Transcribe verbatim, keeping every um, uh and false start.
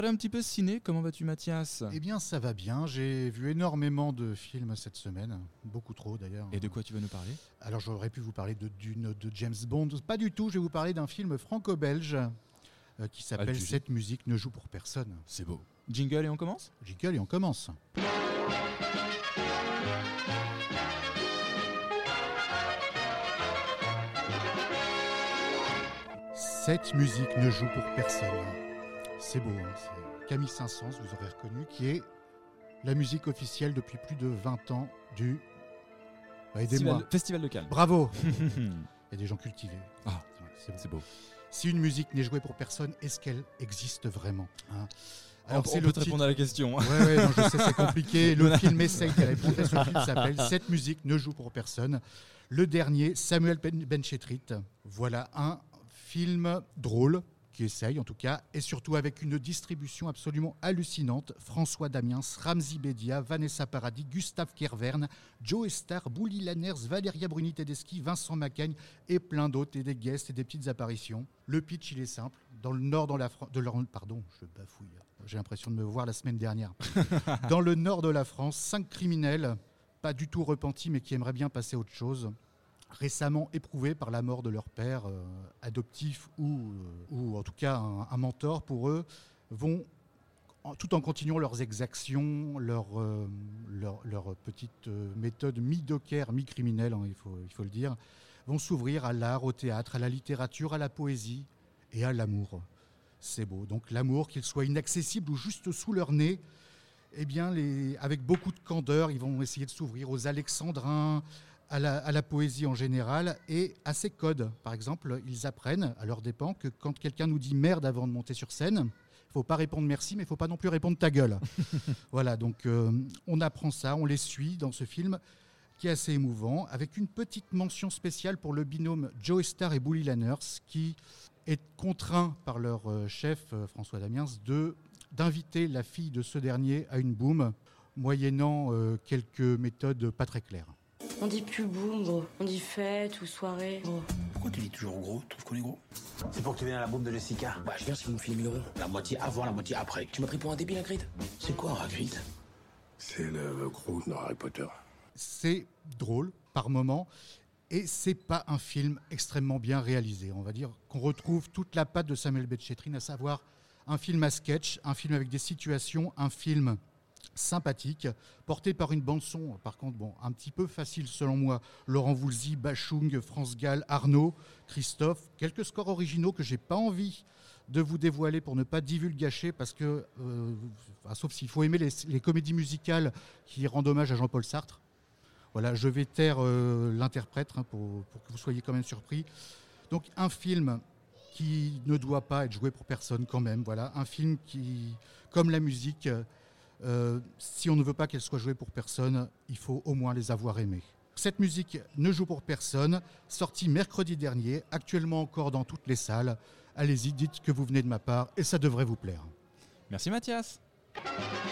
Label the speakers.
Speaker 1: Un petit peu ciné, comment vas-tu Mathias ?
Speaker 2: Eh bien ça va bien, j'ai vu énormément de films cette semaine, beaucoup trop d'ailleurs.
Speaker 1: Et de quoi tu vas nous parler ?
Speaker 2: Alors j'aurais pu vous parler de Dune, de James Bond, pas du tout, je vais vous parler d'un film franco-belge euh, qui s'appelle
Speaker 1: Ah,
Speaker 2: Cette musique ne joue pour personne.
Speaker 1: C'est beau. Jingle et on commence ?
Speaker 2: Jingle et on commence. Cette musique ne joue pour personne. C'est beau, hein, c'est Camille Saint-Saëns, vous aurez reconnu, qui est la musique officielle depuis plus de vingt ans du... Bah, aidez-moi.
Speaker 1: Festival, Festival de Cannes.
Speaker 2: Bravo. Il y a des gens cultivés.
Speaker 1: Ah,
Speaker 2: c'est beau.
Speaker 1: c'est beau.
Speaker 2: Si une musique n'est jouée pour personne, est-ce qu'elle existe vraiment, hein?
Speaker 1: Alors, on, c'est on le peut te titre... répondre à la question.
Speaker 2: Oui, ouais, non, je sais, c'est compliqué. Le film essaye d'y répondre. Ce film s'appelle « Cette musique ne joue pour personne ». Le dernier, Samuel Benchetrit. Voilà un film drôle, qui essaye en tout cas, et surtout avec une distribution absolument hallucinante. François Damiens, Ramzy Bedia, Vanessa Paradis, Gustave Kervern, Joe Star, Bouli Lanners, Valéria Bruni-Tedeschi, Vincent Macaigne et plein d'autres, et des guests et des petites apparitions. Le pitch, il est simple. Dans le nord de la France... Pardon, je bafouille. J'ai l'impression de me voir la semaine dernière. Dans le nord de la France, cinq criminels, pas du tout repentis, mais qui aimeraient bien passer à autre chose, récemment éprouvés par la mort de leur père euh, adoptif ou, euh, ou en tout cas un, un mentor pour eux, vont, en, tout en continuant leurs exactions, leur, euh, leur, leur petite euh, méthode mi-docker, mi-criminelle, hein, il faut, il faut le dire, vont s'ouvrir à l'art, au théâtre, à la littérature, à la poésie et à l'amour. C'est beau. Donc l'amour, qu'il soit inaccessible ou juste sous leur nez, eh bien, les, avec beaucoup de candeur, ils vont essayer de s'ouvrir aux alexandrins, À la, à la poésie en général et à ses codes. Par exemple, ils apprennent à leurs dépens que quand quelqu'un nous dit merde avant de monter sur scène, il ne faut pas répondre merci, mais il ne faut pas non plus répondre ta gueule. Voilà, donc euh, on apprend ça, on les suit dans ce film qui est assez émouvant, avec une petite mention spéciale pour le binôme Joe Star et Bouli Lanners, qui est contraint par leur euh, chef, euh, François Damiens, de, d'inviter la fille de ce dernier à une boum, moyennant euh, quelques méthodes pas très claires.
Speaker 3: On dit plus boum, gros. On dit fête ou soirée, gros.
Speaker 4: Pourquoi tu dis toujours gros? Tu trouves qu'on est gros?
Speaker 5: C'est pour que tu viennes à la boum de Jessica.
Speaker 4: Bah, je viens si vous me filez mille euros.
Speaker 5: La moitié avant, la moitié après.
Speaker 4: Tu m'as pris pour un débile, Hagrid?
Speaker 5: C'est quoi, Hagrid?
Speaker 6: C'est le gros dans Harry Potter.
Speaker 2: C'est drôle, par moments, et c'est pas un film extrêmement bien réalisé. On va dire qu'on retrouve toute la patte de Samuel Benchetrit, à savoir un film à sketch, un film avec des situations, un film sympathique, porté par une bande-son, par contre, bon, un petit peu facile selon moi. Laurent Voulzy, Bachung, France Gall, Arnaud, Christophe, quelques scores originaux que j'ai pas envie de vous dévoiler pour ne pas divulgacher, parce que, euh, enfin, sauf s'il faut aimer les, les comédies musicales qui rendent hommage à Jean-Paul Sartre. Voilà, je vais taire euh, l'interprète hein, pour, pour que vous soyez quand même surpris. Donc un film qui ne doit pas être joué pour personne quand même. Voilà, un film qui, comme la musique, euh, si on ne veut pas qu'elle soit jouée pour personne, il faut au moins les avoir aimés. Cette musique ne joue pour personne, sortie mercredi dernier, actuellement encore dans toutes les salles. Allez-y, dites que vous venez de ma part et ça devrait vous plaire.
Speaker 1: Merci Mathias.